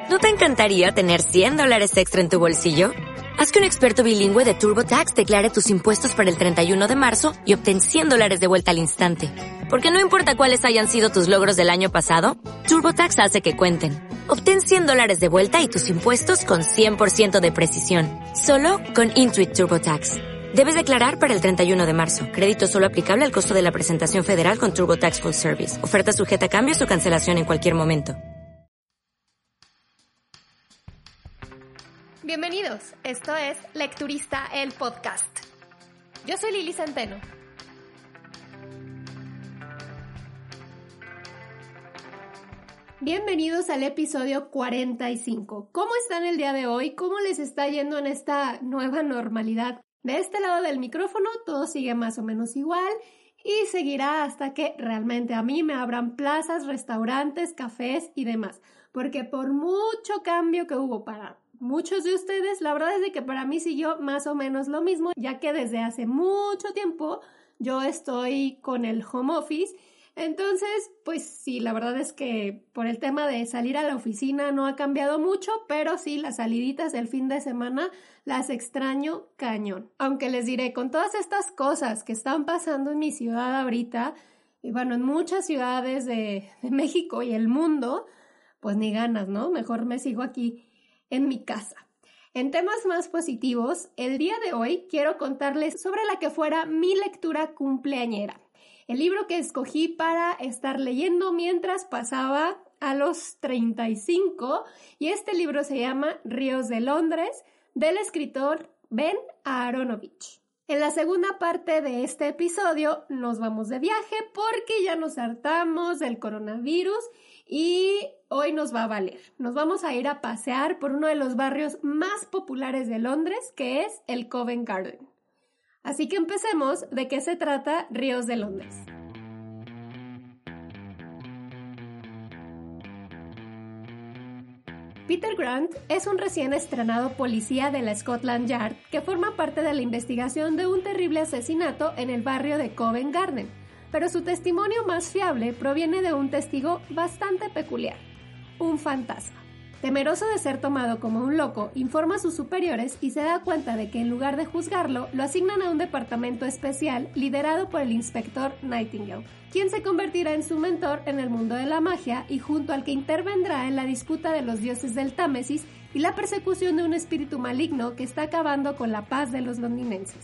¿No te encantaría tener $100 extra en tu bolsillo? Haz que un experto bilingüe de TurboTax declare tus impuestos para el 31 de marzo y obtén $100 de vuelta al instante. Porque no importa cuáles hayan sido tus logros del año pasado, TurboTax hace que cuenten. Obtén $100 de vuelta y tus impuestos con 100% de precisión. Solo con Intuit TurboTax. Debes declarar para el 31 de marzo. Crédito solo aplicable al costo de la presentación federal con TurboTax Full Service. Oferta sujeta a cambios o cancelación en cualquier momento. Bienvenidos, esto es Lecturista, el podcast. Yo soy Lili Centeno. Bienvenidos al episodio 45. ¿Cómo están el día de hoy? ¿Cómo les está yendo en esta nueva normalidad? De este lado del micrófono todo sigue más o menos igual y seguirá hasta que realmente a mí me abran plazas, restaurantes, cafés y demás. Porque por mucho cambio que hubo para muchos de ustedes, la verdad es de que para mí siguió más o menos lo mismo, ya que desde hace mucho tiempo yo estoy con el home office. Entonces, pues sí, la verdad es que por el tema de salir a la oficina no ha cambiado mucho, pero sí, las saliditas del fin de semana las extraño cañón. Aunque les diré, con todas estas cosas que están pasando en mi ciudad ahorita, y bueno, en muchas ciudades de México y el mundo, pues ni ganas, ¿no? Mejor me sigo aquí en mi casa. En temas más positivos, el día de hoy quiero contarles sobre la que fuera mi lectura cumpleañera. El libro que escogí para estar leyendo mientras pasaba a los 35, y este libro se llama Ríos de Londres, del escritor Ben Aaronovitch. En la segunda parte de este episodio nos vamos de viaje porque ya nos hartamos del coronavirus y hoy nos va a valer. Nos vamos a ir a pasear por uno de los barrios más populares de Londres, que es el Covent Garden. Así que empecemos. ¿De qué se trata Ríos de Londres? Peter Grant es un recién estrenado policía de la Scotland Yard que forma parte de la investigación de un terrible asesinato en el barrio de Covent Garden, pero su testimonio más fiable proviene de un testigo bastante peculiar, un fantasma. Temeroso de ser tomado como un loco, informa a sus superiores y se da cuenta de que en lugar de juzgarlo, lo asignan a un departamento especial liderado por el inspector Nightingale, quien se convertirá en su mentor en el mundo de la magia y junto al que intervendrá en la disputa de los dioses del Támesis y la persecución de un espíritu maligno que está acabando con la paz de los londinenses.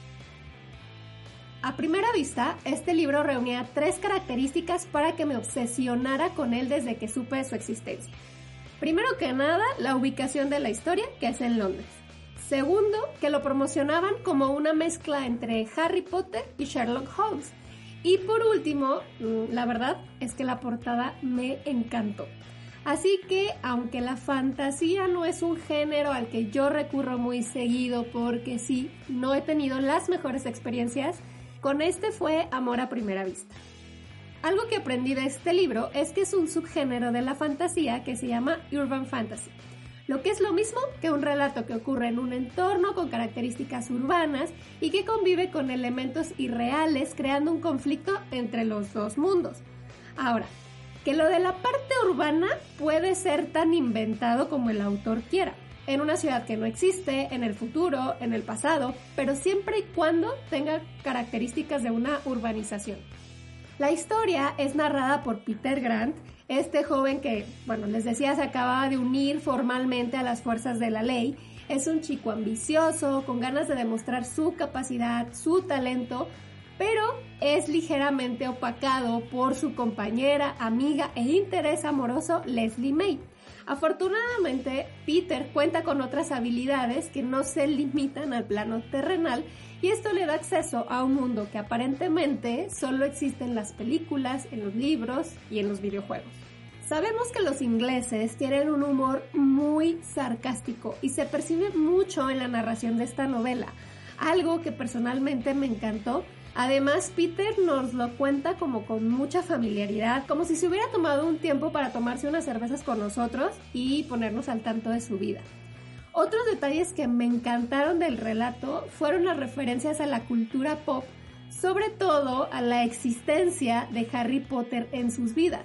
A primera vista, este libro reunía 3 características para que me obsesionara con él desde que supe de su existencia. Primero que nada, la ubicación de la historia, que es en Londres. Segundo, que lo promocionaban como una mezcla entre Harry Potter y Sherlock Holmes. Y por último, la verdad es que la portada me encantó. Así que, aunque la fantasía no es un género al que yo recurro muy seguido porque sí, no he tenido las mejores experiencias, con este fue amor a primera vista. Algo que aprendí de este libro es que es un subgénero de la fantasía que se llama Urban Fantasy, lo que es lo mismo que un relato que ocurre en un entorno con características urbanas y que convive con elementos irreales creando un conflicto entre los dos mundos. Ahora, que lo de la parte urbana puede ser tan inventado como el autor quiera, en una ciudad que no existe, en el futuro, en el pasado, pero siempre y cuando tenga características de una urbanización. La historia es narrada por Peter Grant, este joven que, bueno, les decía, se acababa de unir formalmente a las fuerzas de la ley. Es un chico ambicioso, con ganas de demostrar su capacidad, su talento, pero es ligeramente opacado por su compañera, amiga e interés amoroso Leslie May. Afortunadamente, Peter cuenta con otras habilidades que no se limitan al plano terrenal y esto le da acceso a un mundo que aparentemente solo existe en las películas, en los libros y en los videojuegos. Sabemos que los ingleses tienen un humor muy sarcástico y se percibe mucho en la narración de esta novela, algo que personalmente me encantó. Además, Peter nos lo cuenta como con mucha familiaridad, como si se hubiera tomado un tiempo para tomarse unas cervezas con nosotros y ponernos al tanto de su vida. Otros detalles que me encantaron del relato fueron las referencias a la cultura pop, sobre todo a la existencia de Harry Potter en sus vidas.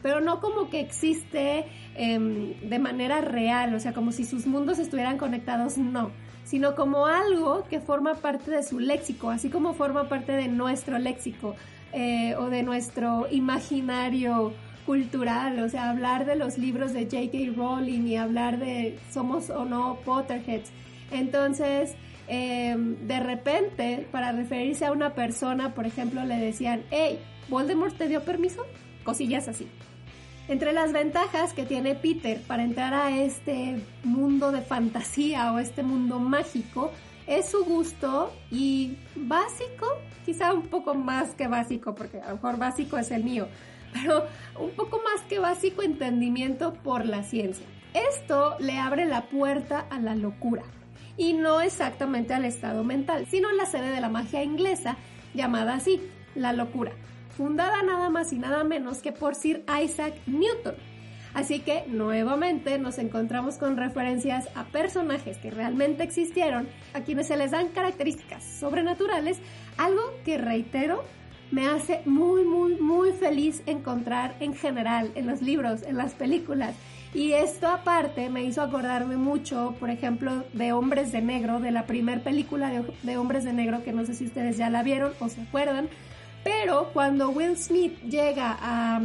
pero no como que existe de manera real, o sea, como si sus mundos estuvieran conectados, no, sino como algo que forma parte de su léxico, así como forma parte de nuestro léxico o de nuestro imaginario cultural, o sea, hablar de los libros de J.K. Rowling y hablar de somos o no Potterheads. Entonces, de repente, para referirse a una persona, por ejemplo, le decían, hey, ¿Voldemort te dio permiso? Cosillas así. Entre las ventajas que tiene Peter para entrar a este mundo de fantasía o este mundo mágico es su gusto y básico, quizá un poco más que básico, porque a lo mejor básico es el mío, pero un poco más que básico entendimiento por la ciencia. Esto le abre la puerta a la locura, y no exactamente al estado mental, sino la sede de la magia inglesa, llamada así, la locura, fundada nada más y nada menos que por Sir Isaac Newton. Así que, nuevamente, nos encontramos con referencias a personajes que realmente existieron, a quienes se les dan características sobrenaturales, algo que, reitero, me hace muy, muy, muy feliz encontrar en general, en los libros, en las películas. Y esto aparte me hizo acordarme mucho, por ejemplo, de Hombres de Negro, de la primer película de Hombres de Negro, que no sé si ustedes ya la vieron o se acuerdan, pero cuando Will Smith llega a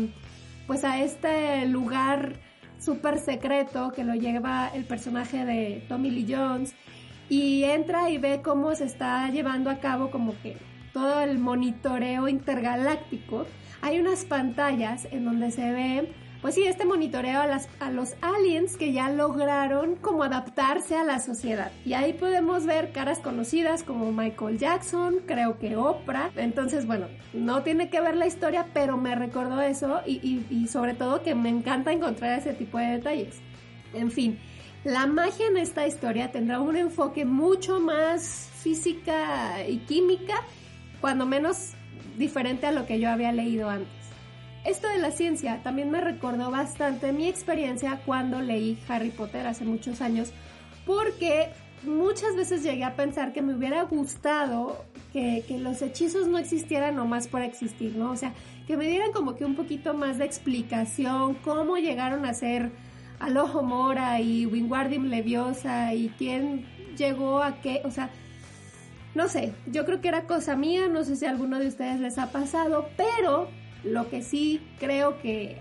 este lugar súper secreto que lo lleva el personaje de Tommy Lee Jones y entra y ve cómo se está llevando a cabo como que todo el monitoreo intergaláctico, hay unas pantallas en donde se ve, pues sí, este monitoreo a los aliens que ya lograron como adaptarse a la sociedad. Y ahí podemos ver caras conocidas como Michael Jackson, creo que Oprah. Entonces, bueno, no tiene que ver la historia, pero me recordó eso y sobre todo que me encanta encontrar ese tipo de detalles. En fin, la magia en esta historia tendrá un enfoque mucho más física y química, cuando menos diferente a lo que yo había leído antes. Esto de la ciencia también me recordó bastante mi experiencia cuando leí Harry Potter hace muchos años, porque muchas veces llegué a pensar que me hubiera gustado que los hechizos no existieran nomás por existir, ¿no? O sea, que me dieran como que un poquito más de explicación, cómo llegaron a ser Alohomora y Wingardium Leviosa y quién llegó a qué, o sea, no sé, yo creo que era cosa mía, no sé si a alguno de ustedes les ha pasado, pero lo que sí creo que,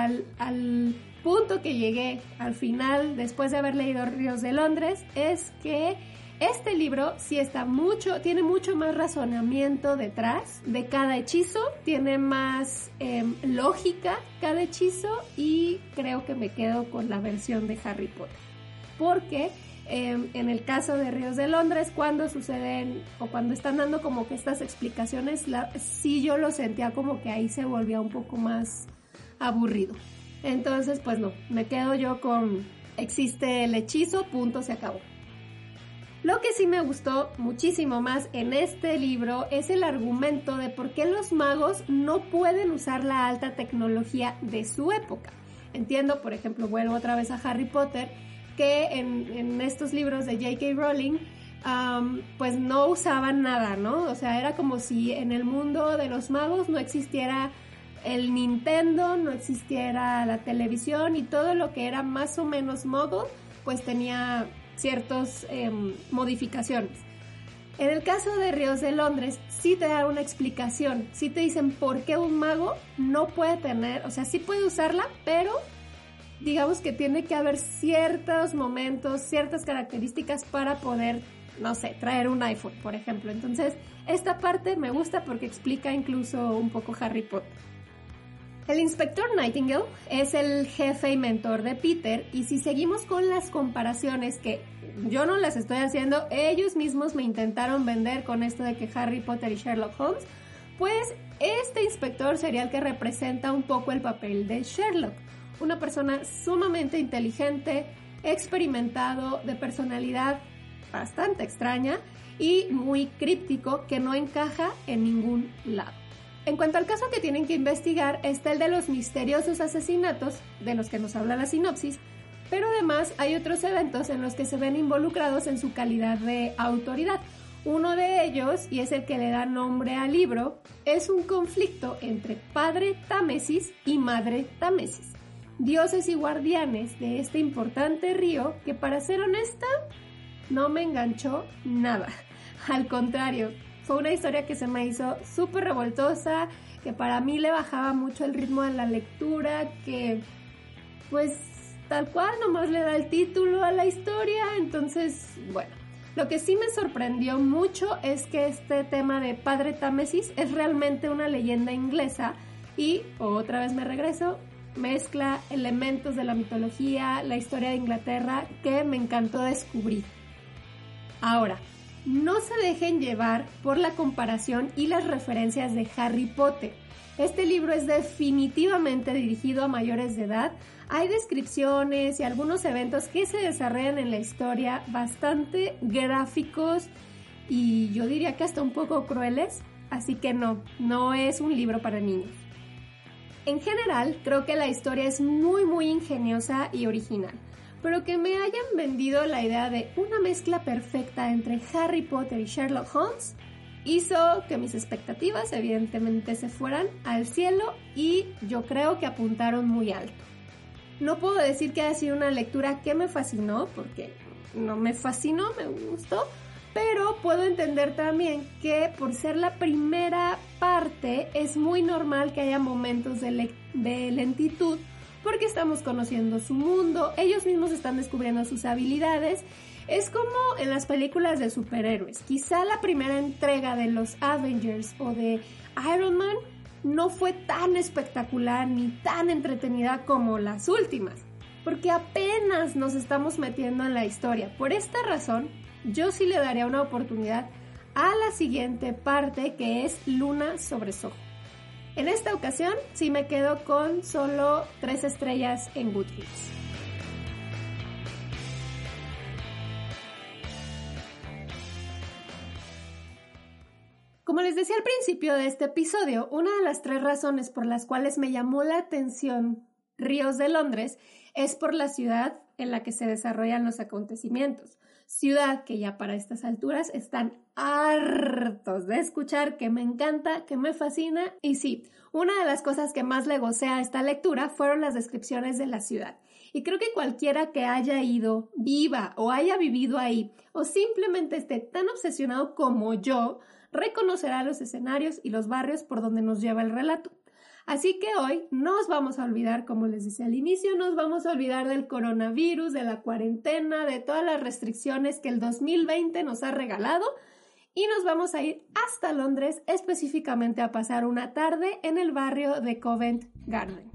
al punto que llegué al final, después de haber leído Ríos de Londres, es que este libro sí tiene mucho más razonamiento detrás de cada hechizo, tiene más lógica cada hechizo, y creo que me quedo con la versión de Harry Potter. Porque en el caso de Ríos de Londres, cuando suceden o cuando están dando como que estas explicaciones, sí yo lo sentía como que ahí se volvía un poco más aburrido. Entonces, pues no, me quedo yo con existe el hechizo, punto, se acabó. Lo que sí me gustó muchísimo más en este libro es el argumento de por qué los magos no pueden usar la alta tecnología de su época. Entiendo, por ejemplo, vuelvo otra vez a Harry Potter, que en estos libros de J.K. Rowling, pues no usaban nada, ¿no? O sea, era como si en el mundo de los magos no existiera el Nintendo, no existiera la televisión, y todo lo que era más o menos muggle, pues tenía ciertas modificaciones. En el caso de Ríos de Londres, sí te dan una explicación, sí te dicen por qué un mago no puede tener, o sea, sí puede usarla, pero digamos que tiene que haber ciertos momentos, ciertas características para poder, no sé, traer un iPhone, por ejemplo. Entonces, esta parte me gusta porque explica incluso un poco Harry Potter. El inspector Nightingale es el jefe y mentor de Peter, y si seguimos con las comparaciones, que yo no las estoy haciendo, ellos mismos me intentaron vender con esto de que Harry Potter y Sherlock Holmes, pues este inspector sería el que representa un poco el papel de Sherlock. Una persona sumamente inteligente, experimentado, de personalidad bastante extraña y muy críptico, que no encaja en ningún lado. En cuanto al caso que tienen que investigar, está el de los misteriosos asesinatos, de los que nos habla la sinopsis, pero además hay otros eventos en los que se ven involucrados en su calidad de autoridad, Uno de ellos, y es el que le da nombre al libro, es un conflicto entre padre Támesis y madre Támesis, dioses y guardianes de este importante río que, para ser honesta, no me enganchó nada. Al contrario, fue una historia que se me hizo súper revoltosa, que para mí le bajaba mucho el ritmo de la lectura, que pues tal cual nomás le da el título a la historia. Entonces, bueno, lo que sí me sorprendió mucho es que este tema de padre Támesis es realmente una leyenda inglesa y, otra vez me regreso, mezcla elementos de la mitología, la historia de Inglaterra, que me encantó descubrir. Ahora, no se dejen llevar por la comparación y las referencias de Harry Potter. Este libro es definitivamente dirigido a mayores de edad. Hay descripciones y algunos eventos que se desarrollan en la historia bastante gráficos y yo diría que hasta un poco crueles, así que no es un libro para niños. En general, creo que la historia es muy ingeniosa y original, pero que me hayan vendido la idea de una mezcla perfecta entre Harry Potter y Sherlock Holmes hizo que mis expectativas evidentemente se fueran al cielo y yo creo que apuntaron muy alto. No puedo decir que haya sido una lectura que me fascinó, porque no me fascinó, me gustó, pero puedo entender también que por ser la primera parte es muy normal que haya momentos de lentitud, porque estamos conociendo su mundo, ellos mismos están descubriendo sus habilidades. Es como en las películas de superhéroes. Quizá la primera entrega de los Avengers o de Iron Man no fue tan espectacular ni tan entretenida como las últimas, porque apenas nos estamos metiendo en la historia. Por esta razón, yo sí le daría una oportunidad a la siguiente parte, que es Luna sobre Soho. En esta ocasión sí me quedo con solo 3 estrellas en Goodreads. Como les decía al principio de este episodio, una de las 3 razones por las cuales me llamó la atención Ríos de Londres es por la ciudad en la que se desarrollan los acontecimientos. Ciudad que ya para estas alturas están hartos de escuchar, que me encanta, que me fascina. Y sí, una de las cosas que más le gocé a esta lectura fueron las descripciones de la ciudad. Y creo que cualquiera que haya ido, viva o haya vivido ahí, o simplemente esté tan obsesionado como yo, reconocerá los escenarios y los barrios por donde nos lleva el relato. Así que hoy no nos vamos a olvidar, como les decía al inicio, nos vamos a olvidar del coronavirus, de la cuarentena, de todas las restricciones que el 2020 nos ha regalado y nos vamos a ir hasta Londres, específicamente a pasar una tarde en el barrio de Covent Garden.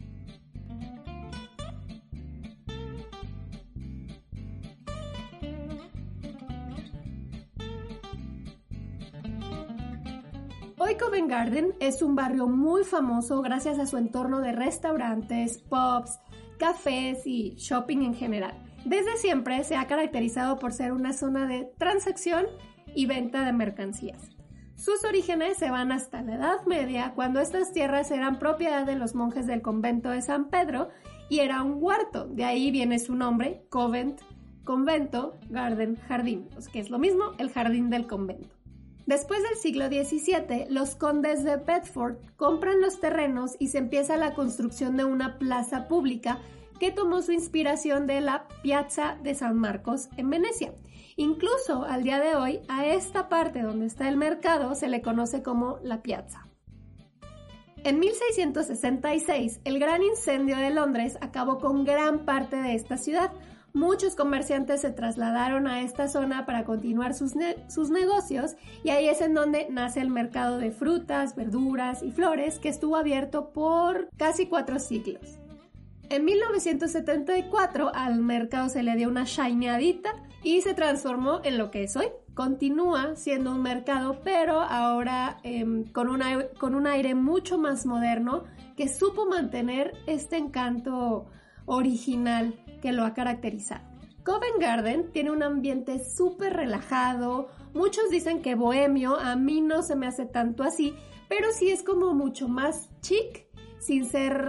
Hoy Covent Garden es un barrio muy famoso gracias a su entorno de restaurantes, pubs, cafés y shopping en general. Desde siempre se ha caracterizado por ser una zona de transacción y venta de mercancías. Sus orígenes se van hasta la Edad Media, cuando estas tierras eran propiedad de los monjes del convento de San Pedro y era un huerto. De ahí viene su nombre, Covent, convento, garden, jardín, que es lo mismo, el jardín del convento. Después del siglo XVII, los condes de Bedford compran los terrenos y se empieza la construcción de una plaza pública que tomó su inspiración de la Piazza de San Marcos en Venecia. Incluso al día de hoy, a esta parte donde está el mercado se le conoce como la Piazza. En 1666, el gran incendio de Londres acabó con gran parte de esta ciudad. Muchos comerciantes se trasladaron a esta zona para continuar sus negocios y ahí es en donde nace el mercado de frutas, verduras y flores que estuvo abierto por casi 4 siglos. En 1974 al mercado se le dio una shineadita y se transformó en lo que es hoy. Continúa siendo un mercado, pero ahora con un aire mucho más moderno que supo mantener este encanto original que lo ha caracterizado. Covent Garden tiene un ambiente súper relajado, muchos dicen que bohemio, a mí no se me hace tanto así, pero sí es como mucho más chic sin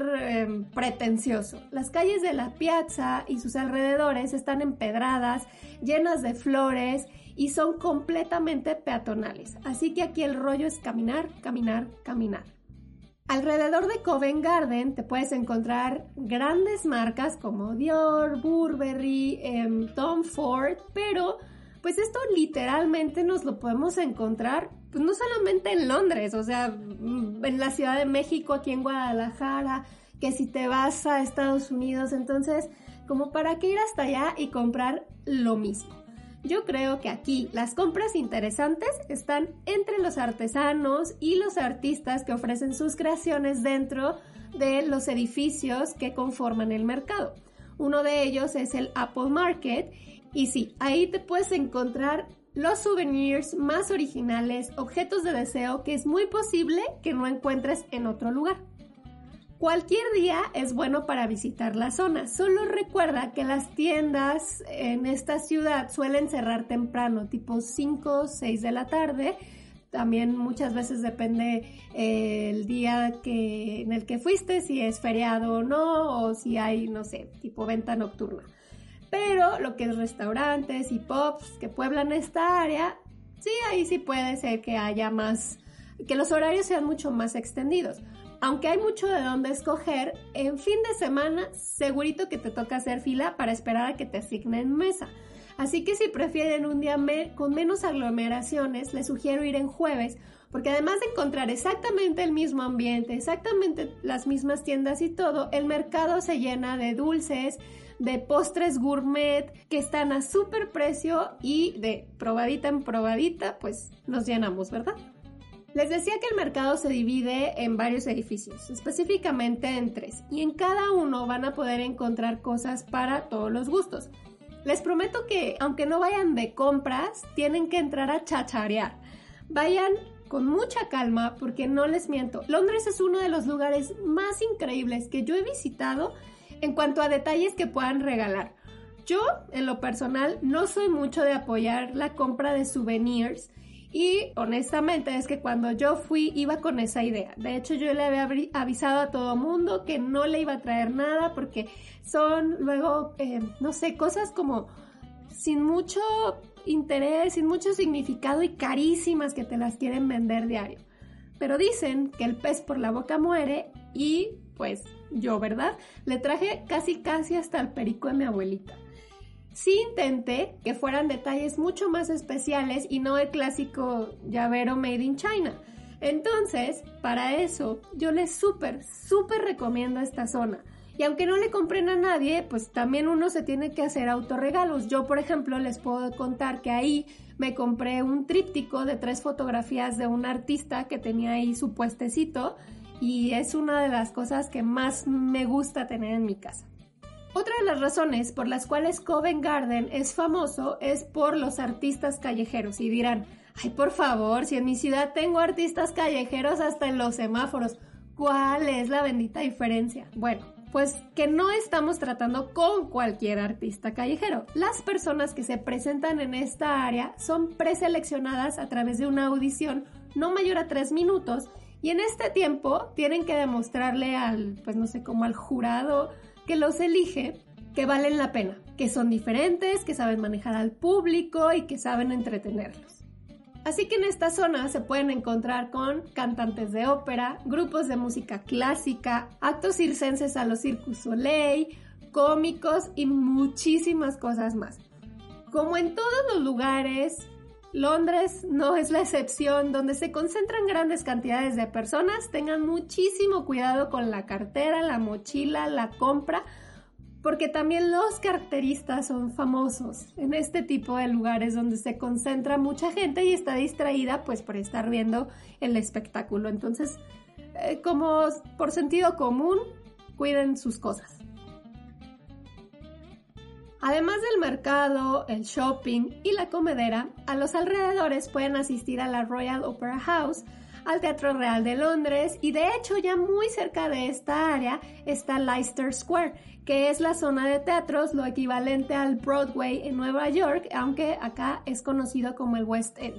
ser pretencioso. Las calles de la Piazza y sus alrededores están empedradas, llenas de flores y son completamente peatonales. Así que aquí el rollo es caminar, caminar, caminar. Alrededor de Covent Garden te puedes encontrar grandes marcas como Dior, Burberry, Tom Ford, pero pues esto literalmente nos lo podemos encontrar pues no solamente en Londres, o sea, en la Ciudad de México, aquí en Guadalajara, que si te vas a Estados Unidos, entonces como para qué ir hasta allá y comprar lo mismo. Yo creo que aquí las compras interesantes están entre los artesanos y los artistas que ofrecen sus creaciones dentro de los edificios que conforman el mercado. Uno de ellos es el Apple Market y sí, ahí te puedes encontrar los souvenirs más originales, objetos de deseo que es muy posible que no encuentres en otro lugar. Cualquier día es bueno para visitar la zona, solo recuerda que las tiendas en esta ciudad suelen cerrar temprano, tipo 5 o 6 de la tarde. También muchas veces depende el día en el que fuiste, si es feriado o no, o si hay, no sé, tipo venta nocturna. Pero lo que es restaurantes y pubs que pueblan esta área, sí, ahí sí puede ser que haya más, que los horarios sean mucho más extendidos. Aunque hay mucho de dónde escoger, en fin de semana segurito que te toca hacer fila para esperar a que te asignen mesa. Así que si prefieren un día con menos aglomeraciones, les sugiero ir en jueves, porque además de encontrar exactamente el mismo ambiente, exactamente las mismas tiendas y todo, el mercado se llena de dulces, de postres gourmet que están a súper precio y de probadita en probadita, pues nos llenamos, ¿verdad? Les decía que el mercado se divide en varios edificios, específicamente en 3, y en cada uno van a poder encontrar cosas para todos los gustos. Les prometo que, aunque no vayan de compras, tienen que entrar a chacharear. Vayan con mucha calma porque no les miento, Londres es uno de los lugares más increíbles que yo he visitado en cuanto a detalles que puedan regalar. Yo, en lo personal, no soy mucho de apoyar la compra de souvenirs, y honestamente es que cuando yo fui iba con esa idea. De hecho yo le había avisado a todo mundo que no le iba a traer nada porque son luego, no sé, cosas como sin mucho interés, sin mucho significado y carísimas que te las quieren vender diario. Pero dicen que el pez por la boca muere y pues yo, ¿verdad? Le traje casi hasta el perico de mi abuelita. Sí intenté que fueran detalles mucho más especiales y no el clásico llavero made in China. Entonces, para eso, yo les súper recomiendo esta zona. Y aunque no le compren a nadie, pues también uno se tiene que hacer autorregalos. Yo, por ejemplo, les puedo contar que ahí me compré un tríptico de 3 fotografías de un artista que tenía ahí su puestecito y es una de las cosas que más me gusta tener en mi casa. Otra de las razones por las cuales Covent Garden es famoso es por los artistas callejeros. Y dirán, ay, por favor, si en mi ciudad tengo artistas callejeros hasta en los semáforos, ¿cuál es la bendita diferencia? Bueno, pues que no estamos tratando con cualquier artista callejero. Las personas que se presentan en esta área son preseleccionadas a través de una audición no mayor a 3 minutos y en este tiempo tienen que demostrarle al jurado que los elige, que valen la pena, que son diferentes, que saben manejar al público y que saben entretenerlos. Así que en esta zona se pueden encontrar con cantantes de ópera, grupos de música clásica, actos circenses a los Cirque du Soleil, cómicos y muchísimas cosas más. Como en todos los lugares, Londres no es la excepción, donde se concentran grandes cantidades de personas. Tengan muchísimo cuidado con la cartera, la mochila, la compra, porque también los carteristas son famosos en este tipo de lugares donde se concentra mucha gente y está distraída pues por estar viendo el espectáculo. Entonces, como por sentido común, cuiden sus cosas. Además del mercado, el shopping y la comedera, a los alrededores pueden asistir a la Royal Opera House, al Teatro Real de Londres y de hecho ya muy cerca de esta área está Leicester Square, que es la zona de teatros, lo equivalente al Broadway en Nueva York, aunque acá es conocido como el West End.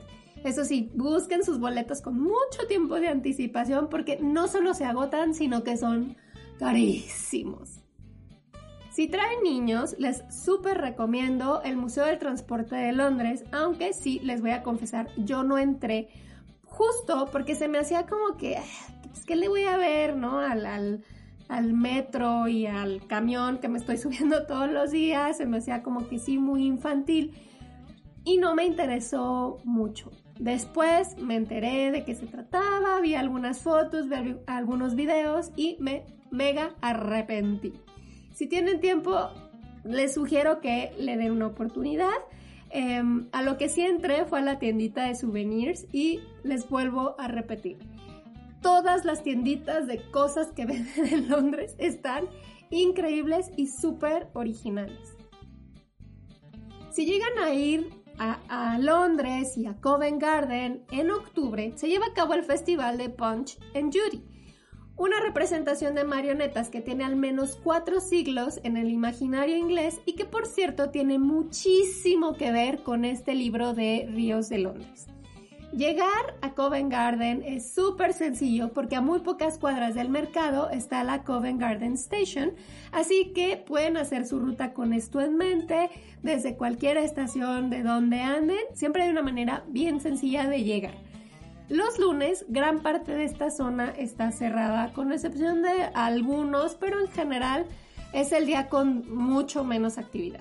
Eso sí, busquen sus boletos con mucho tiempo de anticipación porque no solo se agotan, sino que son carísimos. Si traen niños, les súper recomiendo el Museo del Transporte de Londres, aunque sí, les voy a confesar, yo no entré justo porque se me hacía como que, pues, ¿qué le voy a ver, no? Al metro y al camión que me estoy subiendo todos los días, se me hacía como que sí, muy infantil y no me interesó mucho. Después me enteré de qué se trataba, vi algunas fotos, vi algunos videos y me mega arrepentí. Si tienen tiempo, les sugiero que le den una oportunidad. A lo que sí entré fue a la tiendita de souvenirs y les vuelvo a repetir. Todas las tienditas de cosas que venden en Londres están increíbles y súper originales. Si llegan a ir a Londres y a Covent Garden en octubre, se lleva a cabo el festival de Punch and Judy. Una representación de marionetas que tiene al menos 4 siglos en el imaginario inglés y que por cierto tiene muchísimo que ver con este libro de Ríos de Londres. Llegar a Covent Garden es súper sencillo porque a muy pocas cuadras del mercado está la Covent Garden Station, así que pueden hacer su ruta con esto en mente desde cualquier estación de donde anden, siempre hay una manera bien sencilla de llegar. Los lunes, gran parte de esta zona está cerrada, con excepción de algunos, pero en general es el día con mucho menos actividad.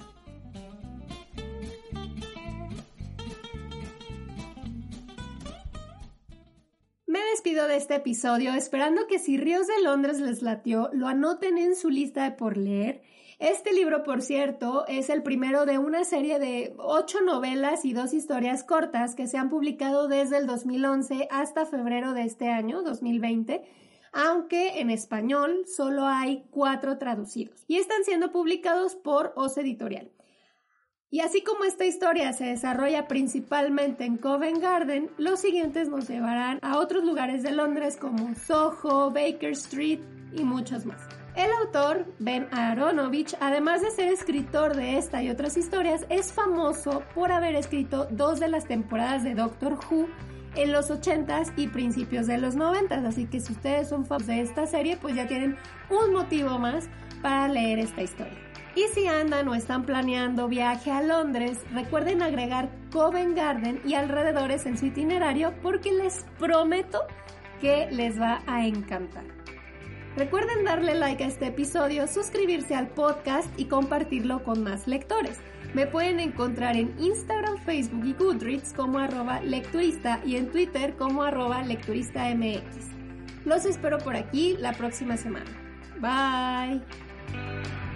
Me despido de este episodio esperando que si Ríos de Londres les latió, lo anoten en su lista de por leer. Este libro, por cierto, es el primero de una serie de 8 novelas y 2 historias cortas que se han publicado desde el 2011 hasta febrero de este año, 2020, aunque en español solo hay 4 traducidos y están siendo publicados por Oz Editorial. Y así como esta historia se desarrolla principalmente en Covent Garden, los siguientes nos llevarán a otros lugares de Londres como Soho, Baker Street y muchos más. El autor, Ben Aaronovitch, además de ser escritor de esta y otras historias, es famoso por haber escrito 2 de las temporadas de Doctor Who en los 80s y principios de los 90s, así que si ustedes son fans de esta serie, pues ya tienen un motivo más para leer esta historia. Y si andan o están planeando viaje a Londres, recuerden agregar Covent Garden y alrededores en su itinerario porque les prometo que les va a encantar. Recuerden darle like a este episodio, suscribirse al podcast y compartirlo con más lectores. Me pueden encontrar en Instagram, Facebook y Goodreads como @lecturista y en Twitter como @lecturistamx. Los espero por aquí la próxima semana. Bye.